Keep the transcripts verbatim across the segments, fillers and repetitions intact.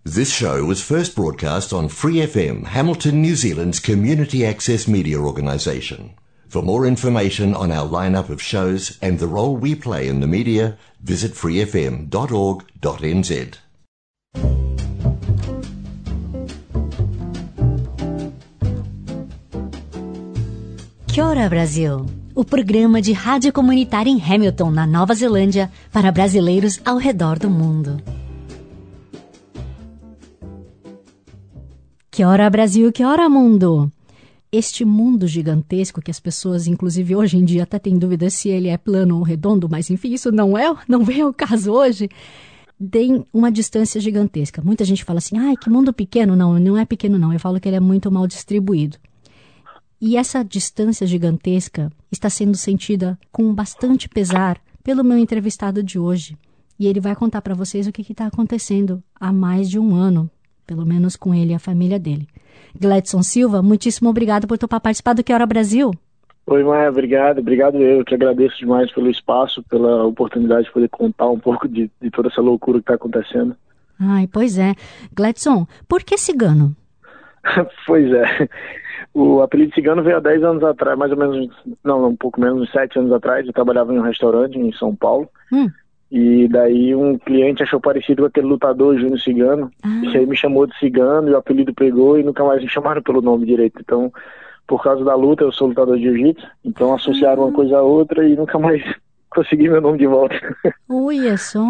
This show was first broadcast on Free F M, Hamilton, New Zealand's community access media organisation. For more information on our lineup of shows and the role we play in the media, visit free f m dot org dot n z. Kia ora, Brasil! O programa de rádio comunitária em Hamilton, na Nova Zelândia, para brasileiros ao redor do mundo. Kia ora, Brasil! Kia ora, mundo! Este mundo gigantesco que as pessoas, inclusive hoje em dia, até têm dúvida se ele é plano ou redondo, mas enfim, isso não é, não vem ao caso hoje, tem uma distância gigantesca. Muita gente fala assim, ai, que mundo pequeno. Não, não é pequeno não, eu falo que ele é muito mal distribuído. E essa distância gigantesca está sendo sentida com bastante pesar pelo meu entrevistado de hoje. E ele vai contar para vocês o que está acontecendo há mais de um ano, pelo menos com ele e a família dele. Gladson Silva, muitíssimo obrigado por topar participar do Kia ora, Brasil. Oi, Maia, obrigado. Obrigado eu, que agradeço demais pelo espaço, pela oportunidade de poder contar um pouco de, de toda essa loucura que está acontecendo. Ai, pois é. Gladson, por que cigano? Pois é. O apelido cigano veio há dez anos atrás, mais ou menos, não, um pouco menos, uns sete anos atrás. Eu trabalhava em um restaurante em São Paulo. Hum. E daí um cliente achou parecido com aquele lutador Júnior Cigano. Ah. E aí me chamou de cigano e o apelido pegou e nunca mais me chamaram pelo nome direito. Então, por causa da luta, eu sou lutador de jiu-jitsu. Então associaram ah. uma coisa a outra e nunca mais consegui meu nome de volta. Olha só.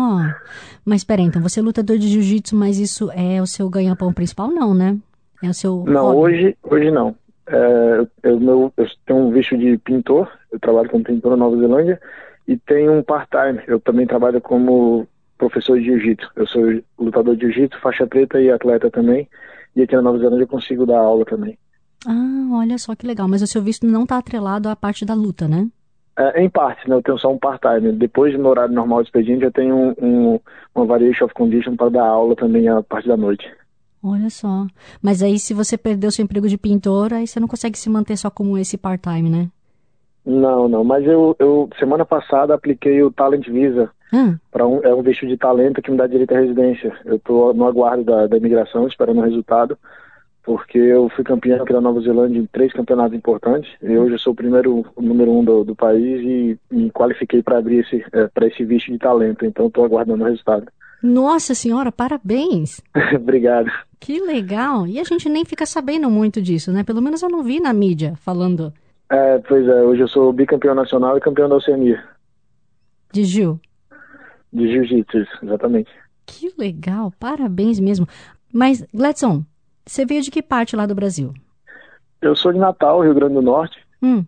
Mas peraí, então você é lutador de jiu-jitsu, mas isso é o seu ganha-pão principal? Não, né? É o seu Não, hobby. hoje, hoje não. É, eu, meu, eu tenho um visto de pintor, eu trabalho como pintor na Nova Zelândia. E tem um part-time, eu também trabalho como professor de jiu-jitsu. Eu sou lutador de jiu-jitsu, faixa preta e atleta também. E aqui na Nova Zelândia eu consigo dar aula também. Ah, olha só que legal. Mas o seu visto não está atrelado à parte da luta, né? É, em parte, né? Eu tenho só um part-time. Depois do meu horário normal de expediente, eu tenho um, um, uma variation of condition para dar aula também a parte da noite. Olha só. Mas aí se você perdeu seu emprego de pintor, aí você não consegue se manter só como esse part-time, né? Não, não, mas eu, eu semana passada apliquei o Talent Visa, hum. para um, é um visto de talento que me dá direito à residência. Eu estou no aguardo da, da imigração, esperando o resultado, porque eu fui campeão aqui da Nova Zelândia em três campeonatos importantes, e hoje eu sou o primeiro, o número um do, do país e me qualifiquei para abrir esse, é, para esse visto de talento, então estou aguardando o resultado. Nossa senhora, parabéns! Obrigado. Que legal! E a gente nem fica sabendo muito disso, né? Pelo menos eu não vi na mídia falando... É, pois é, hoje eu sou bicampeão nacional e campeão da Oceania. De Jiu? De Jiu-Jitsu, exatamente. Que legal, parabéns mesmo. Mas, Gladson, você veio de que parte lá do Brasil? Eu sou de Natal, Rio Grande do Norte. Hum.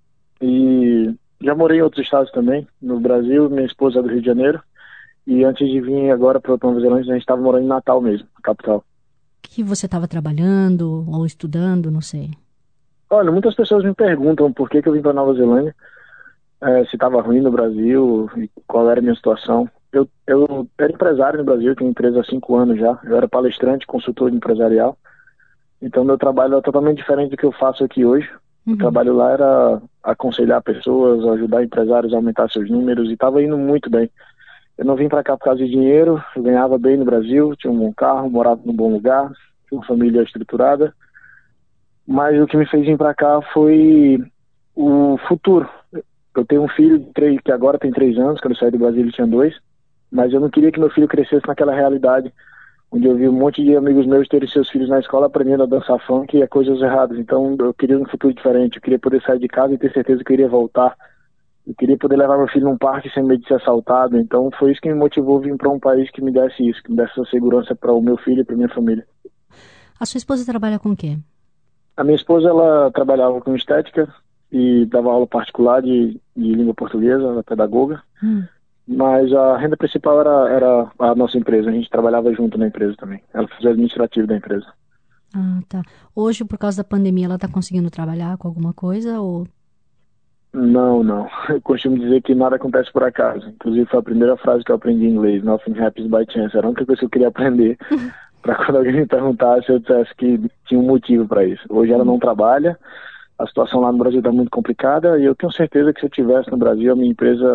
E já morei em outros estados também, no Brasil, minha esposa é do Rio de Janeiro. E antes de vir agora para Nova Zelândia, a gente estava morando em Natal mesmo, capital. Que você estava trabalhando ou estudando, não sei. Olha, muitas pessoas me perguntam por que, que eu vim para Nova Zelândia, é, se estava ruim no Brasil e qual era a minha situação. Eu, eu era empresário no Brasil, tenho empresa há cinco anos já. Eu era palestrante, consultor empresarial. Então, meu trabalho é totalmente diferente do que eu faço aqui hoje. Uhum. O trabalho lá era aconselhar pessoas, ajudar empresários a aumentar seus números e estava indo muito bem. Eu não vim para cá por causa de dinheiro, eu ganhava bem no Brasil, tinha um bom carro, morava num bom lugar, tinha uma família estruturada. Mas o que me fez vir para cá foi o futuro. Eu tenho um filho que agora tem três anos, quando eu saí do Brasil ele tinha dois, mas eu não queria que meu filho crescesse naquela realidade, onde eu vi um monte de amigos meus terem seus filhos na escola aprendendo a dançar funk e a coisas erradas. Então eu queria um futuro diferente, eu queria poder sair de casa e ter certeza que eu iria voltar. Eu queria poder levar meu filho num parque sem medo de ser assaltado. Então foi isso que me motivou a vir para um país que me desse isso, que me desse essa segurança para o meu filho e para minha família. A sua esposa trabalha com o quê? A minha esposa, ela trabalhava com estética e dava aula particular de, de língua portuguesa, ela é pedagoga. Hum. Mas a renda principal era, era a nossa empresa, a gente trabalhava junto na empresa também. Ela fazia o administrativo da empresa. Ah, tá. Hoje, por causa da pandemia, ela está conseguindo trabalhar com alguma coisa ou... Não, não. Eu costumo dizer que nada acontece por acaso. Inclusive foi a primeira frase que eu aprendi em inglês, nothing happens by chance. Era a única coisa que eu queria aprender. Para quando alguém me perguntasse, eu dissesse que tinha um motivo para isso. Hoje ela não trabalha, a situação lá no Brasil está muito complicada e eu tenho certeza que se eu estivesse no Brasil, a minha empresa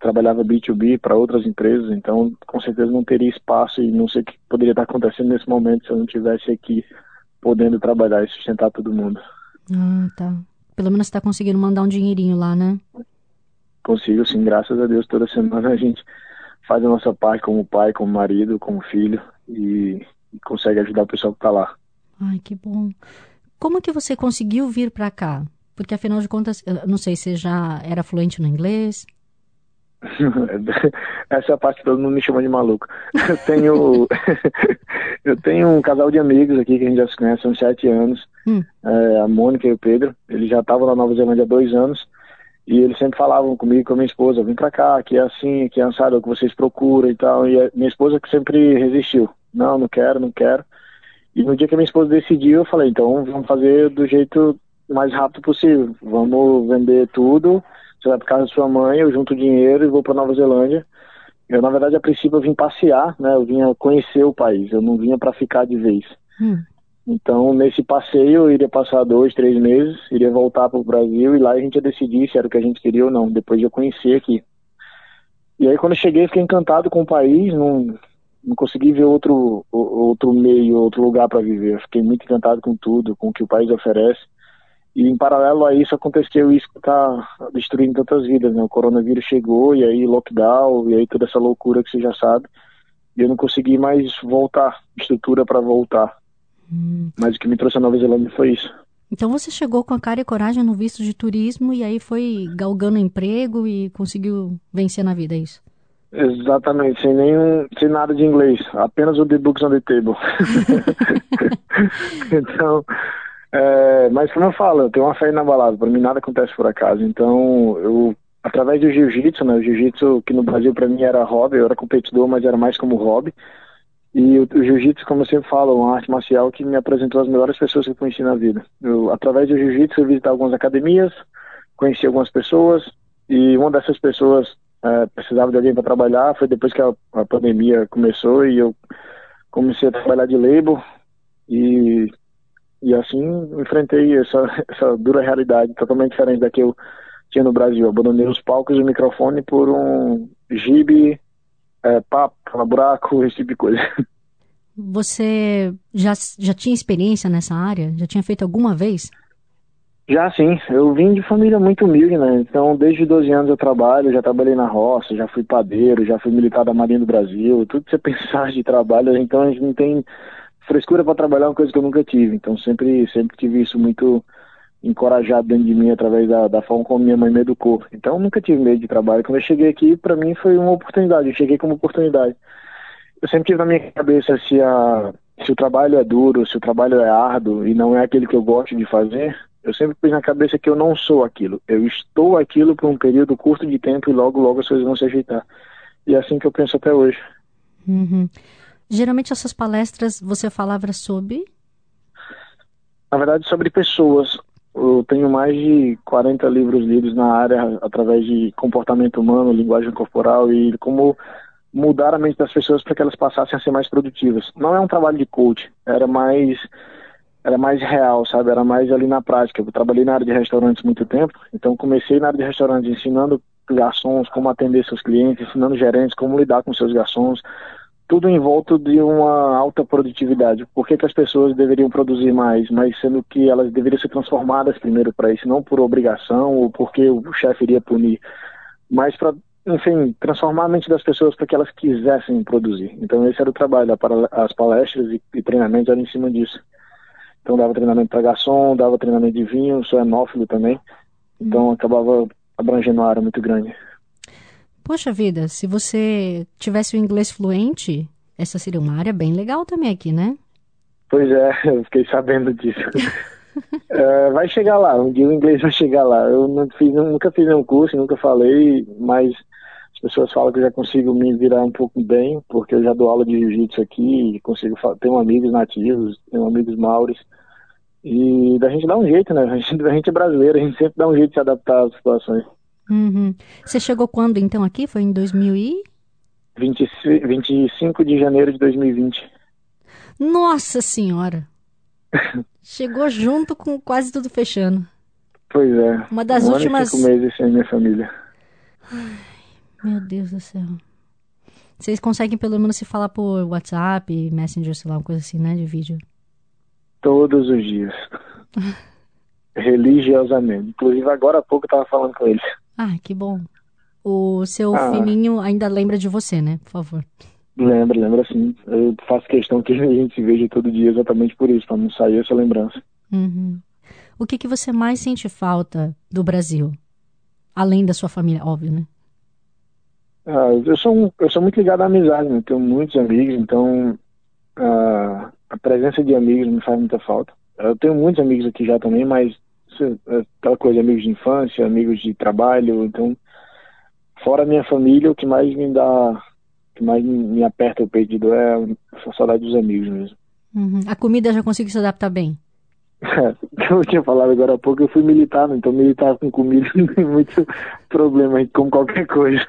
trabalhava B dois B para outras empresas, então com certeza não teria espaço e não sei o que poderia estar acontecendo nesse momento se eu não estivesse aqui podendo trabalhar e sustentar todo mundo. Ah, tá. Pelo menos você tá conseguindo mandar um dinheirinho lá, né? Consigo, sim, graças a Deus. Toda semana a gente faz a nossa parte como pai, como marido, como filho e, e consegue ajudar o pessoal que tá lá. Ai, que bom. Como que você conseguiu vir para cá? Porque, afinal de contas, eu não sei, você já era fluente no inglês? Essa é a parte que todo mundo me chama de maluco. Eu tenho, eu tenho um casal de amigos aqui que a gente já se conhece há uns sete anos. Hum. É, a Mônica e o Pedro. Eles já estavam na Nova Zelândia há dois anos. E eles sempre falavam comigo e com a minha esposa: vem pra cá, que é assim, que é assado, é o que vocês procuram e tal. E a minha esposa que sempre resistiu. Não, não quero, não quero. E no dia que a minha esposa decidiu, eu falei: então vamos fazer do jeito mais rápido possível. Vamos vender tudo. Você vai pra casa da sua mãe, eu junto dinheiro e vou pra Nova Zelândia. Eu, na verdade, a princípio eu vim passear, né? Eu vinha conhecer o país. Eu não vinha pra ficar de vez. Hum. Então, nesse passeio, eu iria passar dois, três meses, iria voltar para o Brasil e lá a gente ia decidir se era o que a gente queria ou não, depois de eu conhecer aqui. E aí, quando eu cheguei, fiquei encantado com o país, não, não consegui ver outro, outro meio, outro lugar para viver. Eu fiquei muito encantado com tudo, com o que o país oferece. E, em paralelo a isso, aconteceu isso que está destruindo tantas vidas, né? O coronavírus chegou, e aí lockdown, e aí toda essa loucura que você já sabe. E eu não consegui mais voltar, estrutura para voltar. Hum. Mas o que me trouxe a Nova Zelândia foi isso. Então você chegou com a cara e coragem no visto de turismo e aí foi galgando emprego e conseguiu vencer na vida, é isso? Exatamente, sem nenhum, sem nada de inglês, apenas o The Books on the Table. Então, é, mas como eu falo, eu tenho uma fé inabalável, para mim nada acontece por acaso. Então, eu, através do jiu-jitsu, né, o jiu-jitsu que no Brasil para mim era hobby, eu era competidor, mas era mais como hobby. E o, o jiu-jitsu, como eu sempre falo, é uma arte marcial que me apresentou as melhores pessoas que eu conheci na vida. Eu, através do jiu-jitsu, eu visitei algumas academias, conheci algumas pessoas, e uma dessas pessoas é, precisava de alguém para trabalhar. Foi depois que a, a pandemia começou e eu comecei a trabalhar de label, e, e assim enfrentei essa, essa dura realidade, totalmente diferente da que eu tinha no Brasil. Eu abandonei os palcos e o microfone por um jibe, É, papo, buraco, esse tipo de coisa. Você já, já tinha experiência nessa área? Já tinha feito alguma vez? Já sim, eu vim de família muito humilde, né? Então, desde doze anos eu trabalho, já trabalhei na roça, já fui padeiro, já fui militar da Marinha do Brasil, tudo que você pensar de trabalho, então a gente não tem frescura para trabalhar, uma coisa que eu nunca tive. Então, sempre, sempre tive isso muito encorajado dentro de mim através da, da forma como minha mãe me educou. Então, eu nunca tive medo de trabalho. Quando eu cheguei aqui, para mim foi uma oportunidade, eu cheguei como oportunidade. Eu sempre tive na minha cabeça se, a, se o trabalho é duro, se o trabalho é árduo e não é aquele que eu gosto de fazer, eu sempre pus na cabeça que eu não sou aquilo. Eu estou aquilo por um período curto de tempo e logo, logo as coisas vão se ajeitar. E é assim que eu penso até hoje. Uhum. Geralmente essas palestras você falava sobre? Na verdade, sobre pessoas. Eu tenho mais de quarenta livros lidos na área através de comportamento humano, linguagem corporal e como mudar a mente das pessoas para que elas passassem a ser mais produtivas. Não é um trabalho de coach, era mais, era mais real, sabe? Era mais ali na prática. Eu trabalhei na área de restaurantes muito tempo, então comecei na área de restaurantes ensinando garçons como atender seus clientes, ensinando gerentes como lidar com seus garçons, tudo em volta de uma alta produtividade. Por que que as pessoas deveriam produzir mais, mas sendo que elas deveriam ser transformadas primeiro para isso, não por obrigação ou porque o chefe iria punir, mas para, enfim, transformar a mente das pessoas para que elas quisessem produzir. Então esse era o trabalho, as palestras e, e treinamentos eram em cima disso. Então dava treinamento para garçom, dava treinamento de vinho, sou enófilo também, então hum. acabava abrangendo uma área muito grande. Poxa vida, se você tivesse o inglês fluente, essa seria uma área bem legal também aqui, né? Pois é, eu fiquei sabendo disso. é, vai chegar lá, um dia o inglês vai chegar lá. Eu não fiz, nunca fiz nenhum curso, nunca falei, mas as pessoas falam que eu já consigo me virar um pouco bem, porque eu já dou aula de jiu-jitsu aqui, consigo, tenho amigos nativos, tenho amigos maoris, e da gente dá um jeito, né? A gente, a gente é brasileiro, a gente sempre dá um jeito de se adaptar às situações. Uhum. Você chegou quando, então, aqui? Foi em dois mil e... vinte, vinte e cinco de janeiro de dois mil e vinte. Nossa Senhora! Chegou junto com quase tudo fechando. Pois é. Uma das um últimas... ano e cinco meses sem minha família. Meu Deus do céu. Vocês conseguem pelo menos se falar por WhatsApp, Messenger, sei lá, uma coisa assim, né, de vídeo? Todos os dias. Religiosamente. Inclusive agora há pouco eu tava falando com eles. Ah, que bom. O seu Ah, filhinho ainda lembra de você, né? Por favor. lembra, lembra sim. Eu faço questão que a gente se veja todo dia exatamente por isso, pra não sair essa lembrança. Uhum. O que, que você mais sente falta do Brasil? Além da sua família, óbvio, né? Ah, eu, sou um, eu sou muito ligado à amizade, né? Tenho muitos amigos, então ah, a presença de amigos me faz muita falta. Eu tenho muitos amigos aqui já também, mas isso é aquela coisa, amigos de infância, amigos de trabalho, então, fora a minha família, o que mais me dá, o que mais me, me aperta o peito é a saudade dos amigos mesmo. Uhum. A comida já conseguiu se adaptar bem? Como eu tinha falado agora há pouco, eu fui militar, né? Então militar com comida não tem muito problema, a gente come qualquer coisa.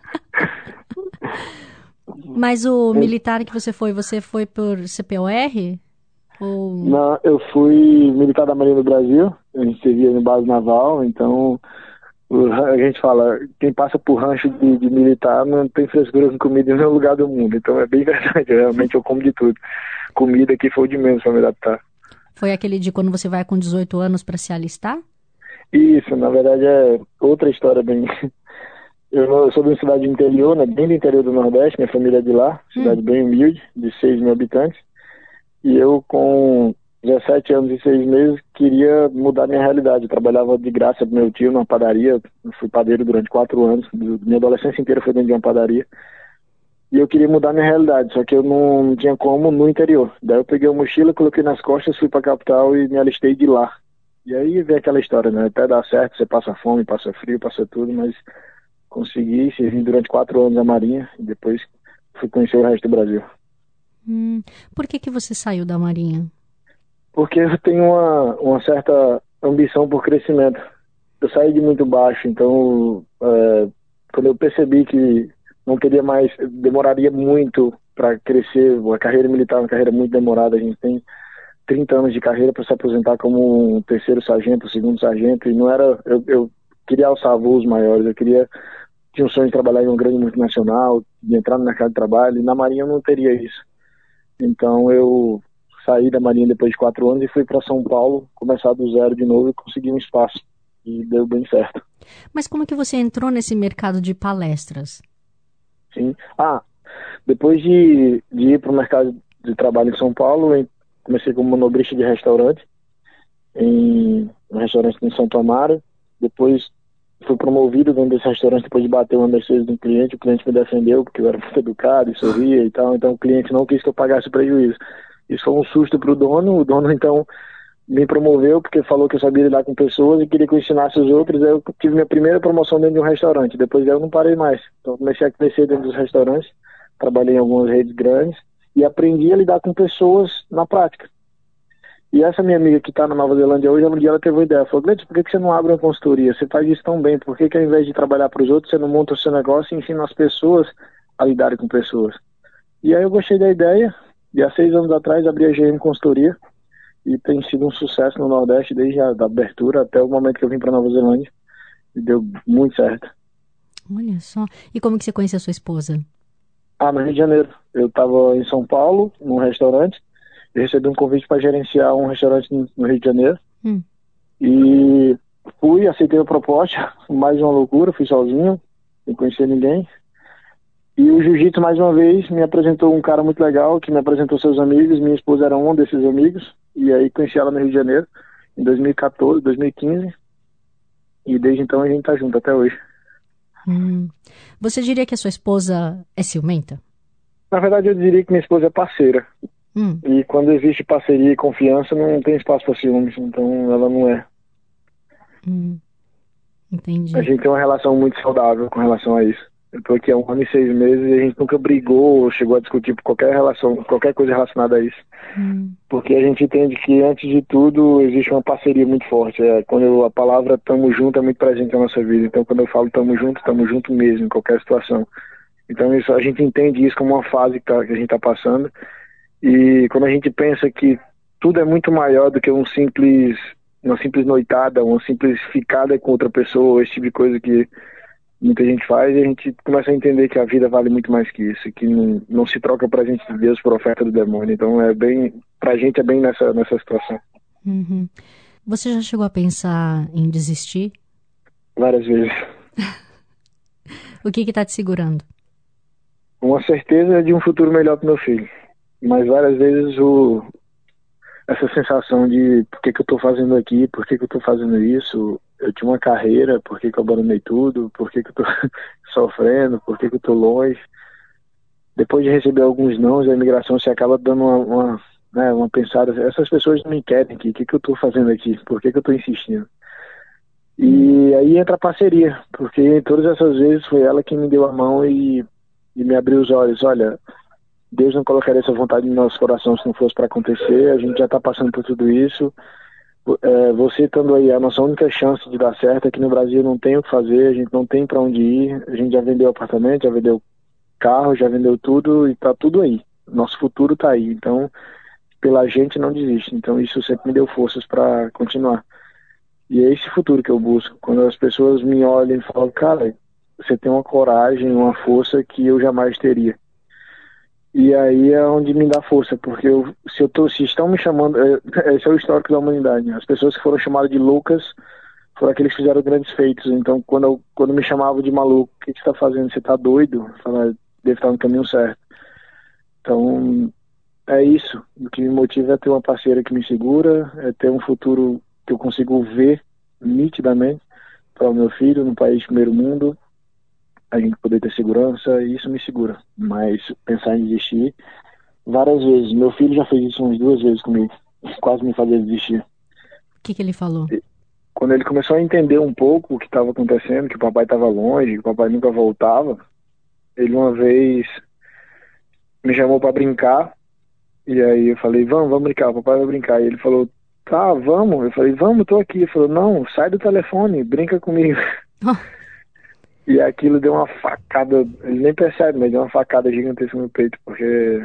Mas o militar que você foi, você foi por C P O R? Ou... Não, eu fui militar da Marinha do Brasil, a gente servia em base naval, então o- a gente fala, quem passa por rancho de, de militar não tem frescura com comida em nenhum lugar do mundo, então é bem verdade, realmente eu como de tudo. Comida aqui foi o de menos para me adaptar. Foi aquele de quando você vai com dezoito anos para se alistar? Isso, na verdade é outra história bem... Eu, não- eu sou de uma cidade do interior, né, bem do interior do Nordeste, minha família é de lá, cidade Hum. bem humilde, de seis mil habitantes. E eu, com dezessete anos e seis meses, queria mudar minha realidade. Eu trabalhava de graça pro meu tio numa padaria. Eu fui padeiro durante quatro anos. Minha adolescência inteira foi dentro de uma padaria. E eu queria mudar minha realidade, só que eu não, não tinha como no interior. Daí eu peguei uma mochila, coloquei nas costas, fui pra capital e me alistei de lá. E aí vem aquela história, né? Até dá certo, você passa fome, passa frio, passa tudo, mas consegui, servi durante quatro anos a Marinha e depois fui conhecer o resto do Brasil. Hum. Por que, que você saiu da Marinha? Porque eu tenho uma, uma certa ambição por crescimento. Eu saí de muito baixo, então é, quando eu percebi que não teria mais, demoraria muito para crescer, a carreira militar é uma carreira muito demorada, a gente tem trinta anos de carreira para se aposentar como um terceiro sargento, segundo sargento, e não era, eu, eu queria alçar voos maiores, eu queria, tinha um sonho de trabalhar em uma grande multinacional, de entrar no mercado de trabalho, e na Marinha eu não teria isso. Então eu saí da Marinha depois de quatro anos e fui para São Paulo, começar do zero de novo e consegui um espaço. E deu bem certo. Mas como que você entrou nesse mercado de palestras? Sim. Ah, depois de, de ir para o mercado de trabalho em São Paulo, eu comecei como manobrista de restaurante, em um restaurante em Santo Amaro. Depois fui promovido dentro desse restaurante depois de bater uma Mercedes de um cliente. O cliente me defendeu porque eu era muito educado e sorria e tal. Então o cliente não quis que eu pagasse o prejuízo. Isso foi um susto para o dono. O dono, então, me promoveu porque falou que eu sabia lidar com pessoas e queria que eu ensinasse os outros. Aí eu tive minha primeira promoção dentro de um restaurante. Depois daí eu não parei mais. Então comecei a crescer dentro dos restaurantes. Trabalhei em algumas redes grandes e aprendi a lidar com pessoas na prática. E essa minha amiga que está na Nova Zelândia hoje, um dia ela teve uma ideia. Ela falou, Gleiton, por que que você não abre uma consultoria? Você faz isso tão bem. Por que que ao invés de trabalhar para os outros, você não monta o seu negócio e ensina as pessoas a lidarem com pessoas? E aí eu gostei da ideia. E há seis anos atrás abri a G M Consultoria. E tem sido um sucesso no Nordeste desde a da abertura até o momento que eu vim para Nova Zelândia. E deu muito certo. Olha só. E como que você conheceu a sua esposa? Ah, no Rio de Janeiro. Eu estava em São Paulo, num restaurante. Eu recebi um convite para gerenciar um restaurante no Rio de Janeiro. Hum. E fui, aceitei a proposta. Mais uma loucura, fui sozinho, sem conhecer ninguém. E o jiu-jitsu, mais uma vez, me apresentou um cara muito legal, que me apresentou seus amigos. Minha esposa era um desses amigos. E aí conheci ela no Rio de Janeiro, em dois mil e quatorze, dois mil e quinze. E desde então a gente tá junto até hoje. Hum. Você diria que a sua esposa é ciumenta? Na verdade, eu diria que minha esposa é parceira. Hum. E quando existe parceria e confiança, não tem espaço para ciúmes. Então ela não é. Hum. Entendi. A gente tem uma relação muito saudável com relação a isso. Eu tô aqui há um ano e seis meses e a gente nunca brigou ou chegou a discutir por qualquer relação, qualquer coisa relacionada a isso. Hum. Porque a gente entende que, antes de tudo, existe uma parceria muito forte. É, quando eu, a palavra tamo junto é muito presente na nossa vida. Então, quando eu falo tamo junto, tamo junto mesmo, em qualquer situação. Então, isso, a gente entende isso como uma fase que, tá, que a gente está passando. E quando a gente pensa que tudo é muito maior do que um simples, uma simples noitada, uma simples ficada com outra pessoa, esse tipo de coisa que muita gente faz, e a gente começa a entender que a vida vale muito mais que isso, que não, não se troca presente de Deus por oferta do demônio. Então é bem, pra gente é bem nessa, nessa situação. Uhum. Você já chegou a pensar em desistir? Várias vezes. O que que tá te segurando? Uma certeza de um futuro melhor pro meu filho. Mas várias vezes o, essa sensação de por que que eu tô fazendo aqui, por que que eu tô fazendo isso, eu tinha uma carreira, por que que eu abandonei tudo, por que que eu tô sofrendo, por que que eu tô longe. Depois de receber alguns nãos, a imigração se acaba dando uma, uma, né, uma pensada, essas pessoas não me querem aqui, o que que eu tô fazendo aqui, por que que eu tô insistindo? E aí entra a parceria, porque todas essas vezes foi ela que me deu a mão e, e me abriu os olhos. Olha, Deus não colocaria essa vontade no nosso coração se não fosse para acontecer, a gente já está passando por tudo isso. É, você estando aí, a nossa única chance de dar certo é que no Brasil não tem o que fazer, a gente não tem para onde ir, a gente já vendeu apartamento, já vendeu carro, já vendeu tudo e tá tudo aí. Nosso futuro tá aí, então pela gente não desiste. Então isso sempre me deu forças para continuar. E é esse futuro que eu busco. Quando as pessoas me olham e falam, cara, você tem uma coragem, uma força que eu jamais teria. E aí é onde me dá força, porque eu, se eu tô, se estão me chamando, é, esse é o histórico da humanidade. As pessoas que foram chamadas de loucas foram aqueles que fizeram grandes feitos. Então, quando, eu, quando me chamavam de maluco, o que, que você está fazendo? Você está doido? Eu falava, deve estar no caminho certo. Então, é isso. O que me motiva é ter uma parceira que me segura, é ter um futuro que eu consigo ver nitidamente para o meu filho, num país de primeiro mundo, a gente poder ter segurança, e isso me segura. Mas pensar em desistir, várias vezes. Meu filho já fez isso umas duas vezes comigo, quase me fazia desistir. O que que ele falou? Quando ele começou a entender um pouco o que estava acontecendo, que o papai estava longe, que o papai nunca voltava, ele uma vez me chamou para brincar, e aí eu falei, vamos, vamos brincar, o papai vai brincar. E ele falou, tá, vamos. Eu falei, vamos, tô aqui. Ele falou, não, sai do telefone, brinca comigo. Oh. E aquilo deu uma facada, ele nem percebe, mas deu uma facada gigantesca no peito, porque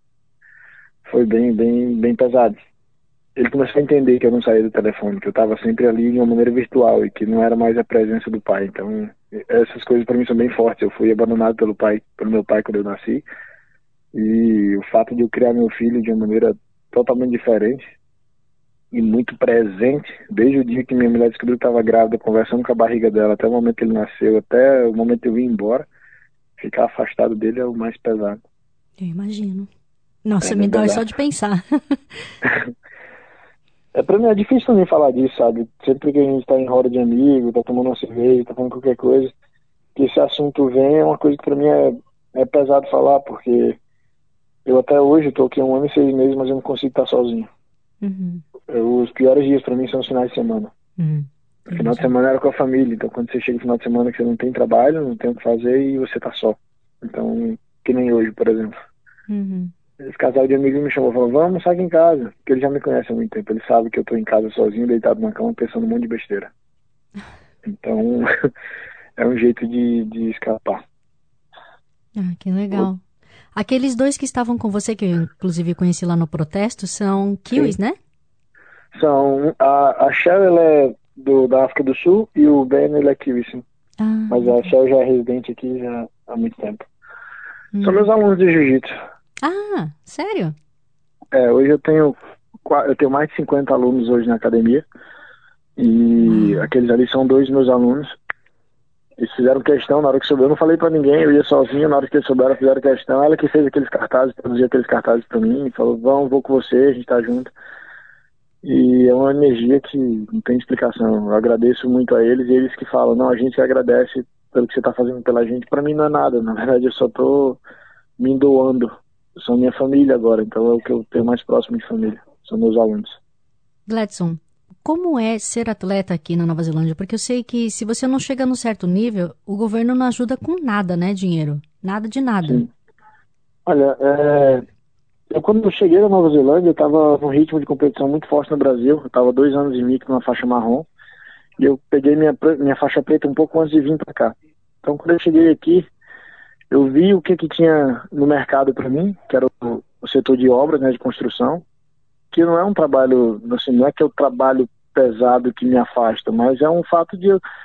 foi bem, bem, bem pesado. Ele começou a entender que eu não saía do telefone, que eu estava sempre ali de uma maneira virtual e que não era mais a presença do pai. Então, essas coisas para mim são bem fortes. Eu fui abandonado pelo pai, pelo meu pai quando eu nasci, e o fato de eu criar meu filho de uma maneira totalmente diferente e muito presente, desde o dia que minha mulher descobriu que estava grávida, conversando com a barriga dela, até o momento que ele nasceu, até o momento que eu vim embora, ficar afastado dele é o mais pesado. Eu imagino. Nossa, é, me é dói só de pensar. É, pra mim é difícil também falar disso, sabe? Sempre que a gente tá em roda de amigo, tá tomando uma cerveja, tá falando qualquer coisa, que esse assunto vem, é uma coisa que pra mim é, é pesado falar, porque eu até hoje tô aqui há um ano e seis meses, mas eu não consigo estar sozinho. Uhum. Eu, os piores dias pra mim são os finais de semana. Uhum. O final de semana era com a família, então quando você chega no final de semana que você não tem trabalho, não tem o que fazer e você tá só. Então, que nem hoje, por exemplo. Uhum. Esse casal de amigos me chamou e falou, vamos sair em casa, porque ele já me conhece há muito tempo, ele sabe que eu tô em casa sozinho, deitado na cama, pensando um monte de besteira. Então, é um jeito de, de escapar. Ah, que legal. Aqueles dois que estavam com você, que eu inclusive conheci lá no protesto, são kiwis, Sim. né? São, a, a Shell, ela é do, da África do Sul e o Ben, ele é kiwi, sim. Ah, Mas a Shell já é residente aqui já há muito tempo. hum. São meus alunos de jiu-jitsu. Ah, sério? É, hoje eu tenho, eu tenho mais de cinquenta alunos hoje na academia. E Uau. aqueles ali são dois meus alunos. Eles fizeram questão, na hora que soube, eu não falei pra ninguém, eu ia sozinho, na hora que eles souberam, fizeram questão. Ela que fez aqueles cartazes, produziu aqueles cartazes pra mim, falou, vamos, vou com você, a gente tá junto. E é uma energia que não tem explicação. Eu agradeço muito a eles, e eles que falam, não, a gente que agradece pelo que você tá fazendo pela gente. Pra mim não é nada, na verdade eu só tô me doando. São minha família agora, então é o que eu tenho mais próximo de família, são meus alunos. Gladson, como é ser atleta aqui na Nova Zelândia? Porque eu sei que se você não chega num certo nível, o governo não ajuda com nada, né, dinheiro? Nada de nada. Sim. Olha, é... eu quando eu cheguei na Nova Zelândia, eu estava num ritmo de competição muito forte no Brasil. Eu estava dois anos e meio numa faixa marrom. E eu peguei minha, minha faixa preta um pouco antes de vir para cá. Então, quando eu cheguei aqui, eu vi o que, que tinha no mercado para mim, que era o, o setor de obras, né, de construção, que não é um trabalho, assim, não é que é o trabalho pesado que me afasta, mas é um fato de eu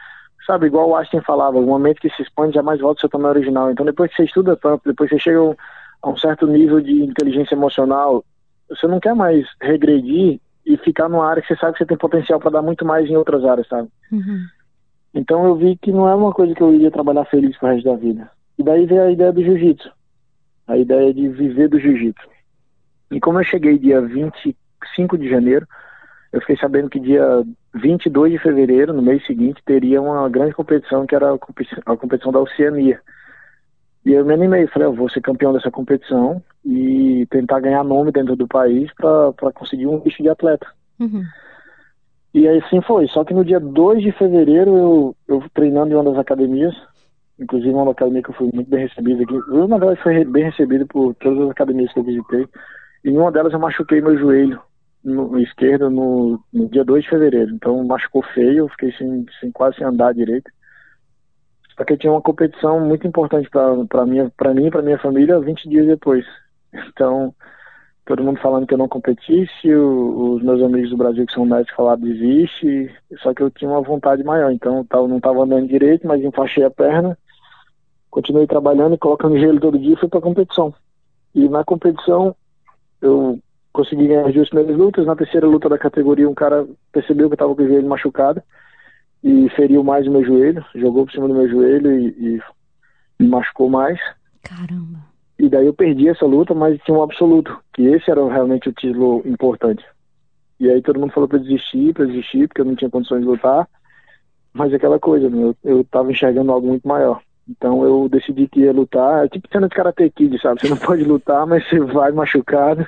sabe, igual o Einstein falava, o momento que se expande jamais volta ao seu tamanho original. Então depois que você estuda tanto, depois que você chega a um certo nível de inteligência emocional, você não quer mais regredir e ficar numa área que você sabe que você tem potencial para dar muito mais em outras áreas, sabe? Uhum. Então eu vi que não é uma coisa que eu iria trabalhar feliz pro resto da vida. E daí veio a ideia do jiu-jitsu, a ideia de viver do jiu-jitsu. E como eu cheguei dia vinte e cinco de janeiro, eu fiquei sabendo que dia vinte e dois de fevereiro, no mês seguinte, teria uma grande competição, que era a competição, a competição da Oceania. E eu me animei, falei, eu vou ser campeão dessa competição e tentar ganhar nome dentro do país para conseguir um visto de atleta. Uhum. E aí assim foi, só que no dia dois de fevereiro, eu, eu treinando em uma das academias, inclusive uma academia que eu fui muito bem recebido aqui, eu na verdade fui bem recebido por todas as academias que eu visitei, e em uma delas eu machuquei meu joelho no, no esquerdo no, no dia dois de fevereiro, então machucou feio, eu fiquei sem, sem, quase sem andar direito. Só que eu tinha uma competição muito importante para mim, para mim e para minha família vinte dias depois. Então, todo mundo falando que eu não competisse, o, os meus amigos do Brasil que são médicos falaram desiste, só que eu tinha uma vontade maior, então eu não estava andando direito, mas enfaixei a perna, continuei trabalhando e colocando gelo todo dia e fui para a competição. E na competição eu consegui ganhar as duas primeiras lutas, na terceira luta da categoria um cara percebeu que eu estava com o joelho machucado e feriu mais o meu joelho, jogou por cima do meu joelho e, e me machucou mais. Caramba. E daí eu perdi essa luta, mas tinha um absoluto, que esse era realmente o título importante. E aí todo mundo falou pra eu desistir, pra eu desistir, porque eu não tinha condições de lutar. Mas aquela coisa, né? eu, eu tava enxergando algo muito maior. Então eu decidi que ia lutar, é tipo cena de Karate Kid, sabe? Você não pode lutar, mas você vai machucado.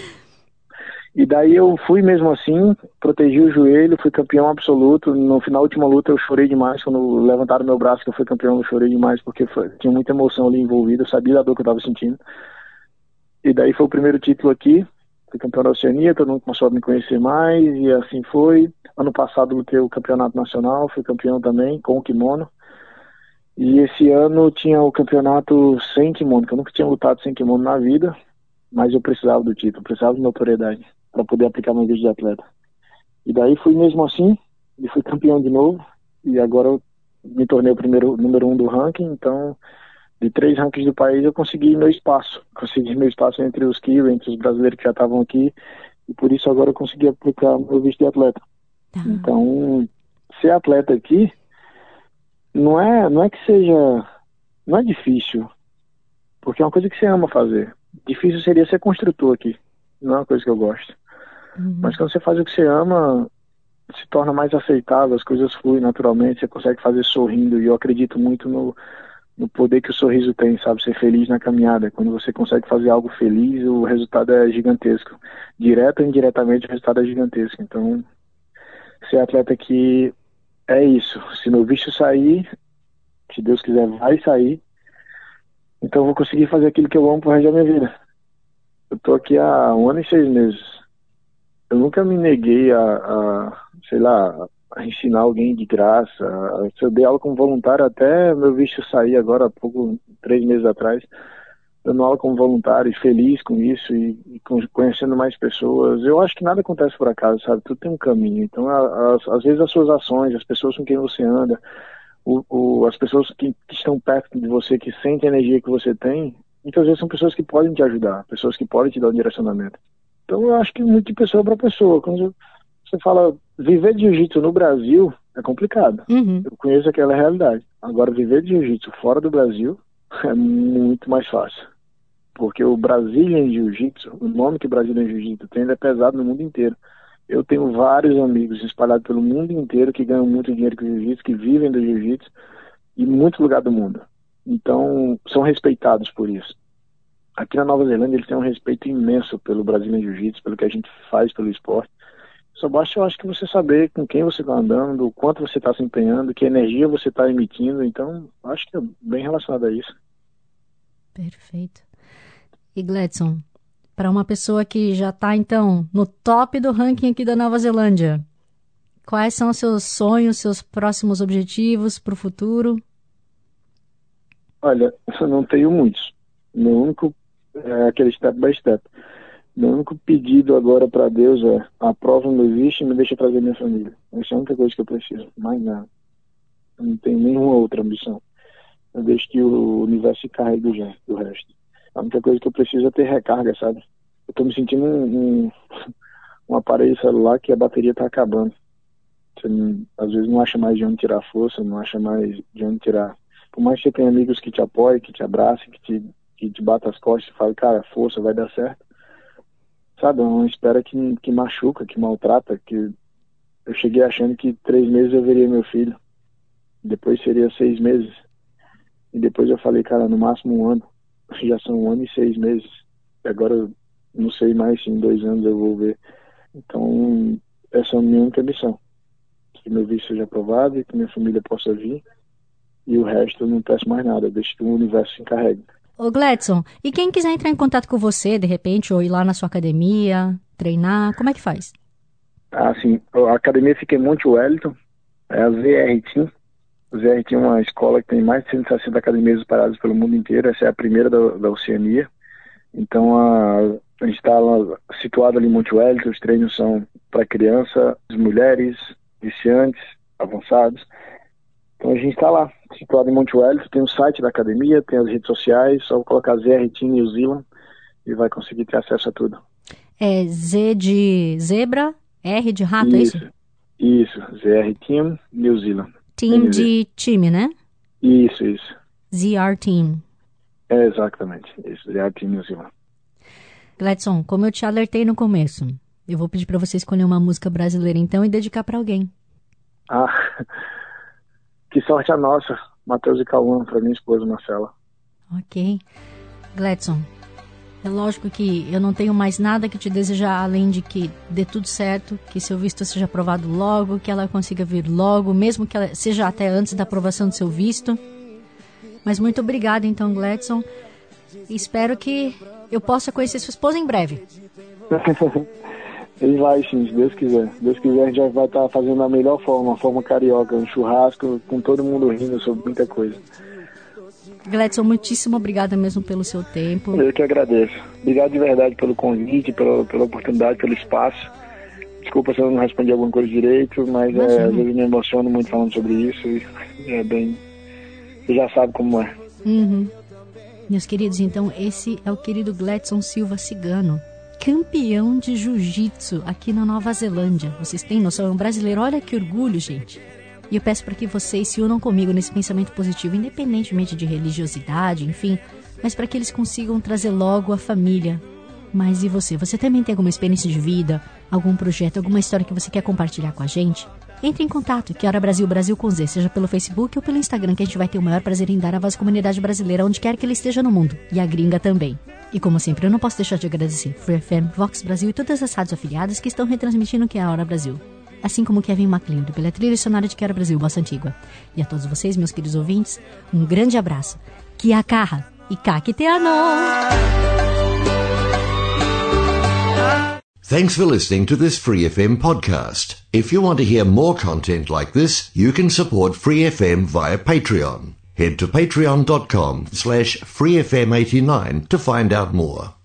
E daí eu fui mesmo assim, protegi o joelho, fui campeão absoluto. No final da última luta eu chorei demais, quando levantaram meu braço que eu fui campeão, eu chorei demais, porque foi, tinha muita emoção ali envolvida, eu sabia da dor que eu tava sentindo. E daí foi o primeiro título aqui, fui campeão da Oceania, todo mundo começou a me conhecer mais, e assim foi. Ano passado lutei o campeonato nacional, fui campeão também, com o kimono. E esse ano tinha o campeonato sem kimono, que eu nunca tinha lutado sem kimono na vida, mas eu precisava do título, precisava de notoriedade para poder aplicar meu vídeo de atleta. E daí fui mesmo assim, e fui campeão de novo, e agora eu me tornei o primeiro número um do ranking, então de três rankings do país eu consegui meu espaço, consegui meu espaço entre os Kiwi, entre os brasileiros que já estavam aqui, e por isso agora eu consegui aplicar meu visto de atleta. Tá. Então, ser atleta aqui não é, não é que seja, não é difícil, porque é uma coisa que você ama fazer. Difícil seria ser construtor aqui, não é uma coisa que eu gosto. Uhum. Mas quando você faz o que você ama, se torna mais aceitável, as coisas fluem naturalmente, você consegue fazer sorrindo, e eu acredito muito no, no poder que o sorriso tem, sabe, ser feliz na caminhada. Quando você consegue fazer algo feliz, o resultado é gigantesco. Direto ou indiretamente, o resultado é gigantesco. Então, ser atleta aqui é isso. Se meu visto sair, se Deus quiser, vai sair, então eu vou conseguir fazer aquilo que eu amo pro resto da minha vida. Eu tô aqui há um ano e seis meses. Eu nunca me neguei a, a sei lá, a ensinar alguém de graça. Eu dei aula como voluntário até meu visto sair agora há pouco, três meses atrás. Dando aula como voluntário e feliz com isso e, e conhecendo mais pessoas. Eu acho que nada acontece por acaso, sabe? Tudo tem um caminho. Então, a, a, às vezes as suas ações, as pessoas com quem você anda, o, o, as pessoas que, que estão perto de você, que sentem a energia que você tem, muitas vezes são pessoas que podem te ajudar, pessoas que podem te dar um direcionamento. Então eu acho que muito de pessoa para pessoa. Quando você fala viver de jiu-jitsu no Brasil, é complicado. Uhum. Eu conheço aquela realidade. Agora, viver de jiu-jitsu fora do Brasil é muito mais fácil. Porque o Brazilian Jiu-Jitsu, o nome que o Brazilian Jiu-Jitsu tem, ele é pesado no mundo inteiro. Eu tenho vários amigos espalhados pelo mundo inteiro que ganham muito dinheiro com jiu-jitsu, que vivem do jiu-jitsu, em muito lugar do mundo. Então, são respeitados por isso. Aqui na Nova Zelândia eles têm um respeito imenso pelo Brazilian Jiu-Jitsu, pelo que a gente faz pelo esporte. Só basta, eu acho, que você saber com quem você está andando, o quanto você está se empenhando, que energia você está emitindo. Então, acho que é bem relacionado a isso. Perfeito. E Gladson, para uma pessoa que já está, então, no top do ranking aqui da Nova Zelândia, quais são os seus sonhos, seus próximos objetivos para o futuro? Olha, eu não tenho muitos. Meu único é aquele step by step. Meu único pedido agora para Deus é: aprova meu visto e me deixa trazer minha família. Essa é a única coisa que eu preciso, mais nada. Eu não tenho nenhuma outra ambição. Eu deixo que o universo se carregue do, do resto. A única coisa que eu preciso é ter recarga, sabe? Eu tô me sentindo um, um, um aparelho celular que a bateria tá acabando. Você não, às vezes não acha mais de onde tirar força, não acha mais de onde tirar... Por mais que você tenha amigos que te apoiem, que te abracem, que te, que te batam as costas e falem, cara, força, vai dar certo. Sabe, é uma espera que, que machuca, que maltrata, que eu cheguei achando que três meses eu veria meu filho. Depois seria seis meses. E depois eu falei, cara, no máximo um ano. Já são um ano e seis meses. E agora eu não sei mais se em dois anos eu vou ver. Então, essa é a minha única missão. Que meu visto seja aprovado e que minha família possa vir. E o resto eu não peço mais nada. Eu deixo que o universo se encarregue. Ô Gladson, e quem quiser entrar em contato com você, de repente, ou ir lá na sua academia, treinar, como é que faz? Ah, sim. A academia fica em Monte Wellington. É a Z R Team. A Z R Team é uma escola que tem mais de cento e sessenta academias espalhadas pelo mundo inteiro. Essa é a primeira da, da Oceania. Então, a, a gente está situado ali em Monte Wellington. Os treinos são para criança, mulheres, iniciantes, avançados. Então a gente está lá, situado em Monte Wellington, tem o site da academia, tem as redes sociais, só colocar Z R Team New Zealand e vai conseguir ter acesso a tudo. É Z de zebra, R de rato, isso, é isso? Isso, Z R Team New Zealand. Team de time, né? Isso, isso. Z R Team. É, exatamente, isso, Z R Team New Zealand. Gladson, como eu te alertei no começo, eu vou pedir para você escolher uma música brasileira então e dedicar para alguém. Ah... Que sorte a nossa, Matheus e Cauã, para minha esposa Marcela. Ok. Gladson, é lógico que eu não tenho mais nada que te desejar além de que dê tudo certo, que seu visto seja aprovado logo, que ela consiga vir logo, mesmo que ela seja até antes da aprovação do seu visto. Mas muito obrigada então, Gladson. Espero que eu possa conhecer sua esposa em breve. Ele vai sim, se Deus quiser. Se Deus quiser, a gente já vai estar fazendo da melhor forma, a forma carioca, um churrasco, com todo mundo rindo sobre muita coisa. Gladson, muitíssimo obrigada mesmo pelo seu tempo. Eu que agradeço. Obrigado de verdade pelo convite, pela, pela oportunidade, pelo espaço. Desculpa se eu não respondi alguma coisa direito, mas é, às vezes eu me emociono muito falando sobre isso e é bem... Você já sabe como é. Uhum. Meus queridos, então, esse é o querido Gladson Silva Cigano, campeão de jiu-jitsu aqui na Nova Zelândia. Vocês têm noção? É um brasileiro. Olha que orgulho, gente. E eu peço para que vocês se unam comigo nesse pensamento positivo, independentemente de religiosidade, enfim, mas para que eles consigam trazer logo a família. Mas e você? Você também tem alguma experiência de vida, algum projeto, alguma história que você quer compartilhar com a gente? Entre em contato, Que Hora Brasil, Brasil com Z, seja pelo Facebook ou pelo Instagram, que a gente vai ter o maior prazer em dar a voz à comunidade brasileira, onde quer que ele esteja no mundo, e a gringa também. E como sempre, eu não posso deixar de agradecer Free F M, Vox Brasil e todas as rádios afiliadas que estão retransmitindo Que Hora Brasil. Assim como Kevin MacLeod, pela trilha sonora de Que Hora Brasil, Bossa Antigua. E a todos vocês, meus queridos ouvintes, um grande abraço. Kia kaha e kakiteano! Thanks for listening to this Free F M podcast. If you want to hear more content like this, you can support Free F M via Patreon. Head to patreon.com slash freefm89 to find out more.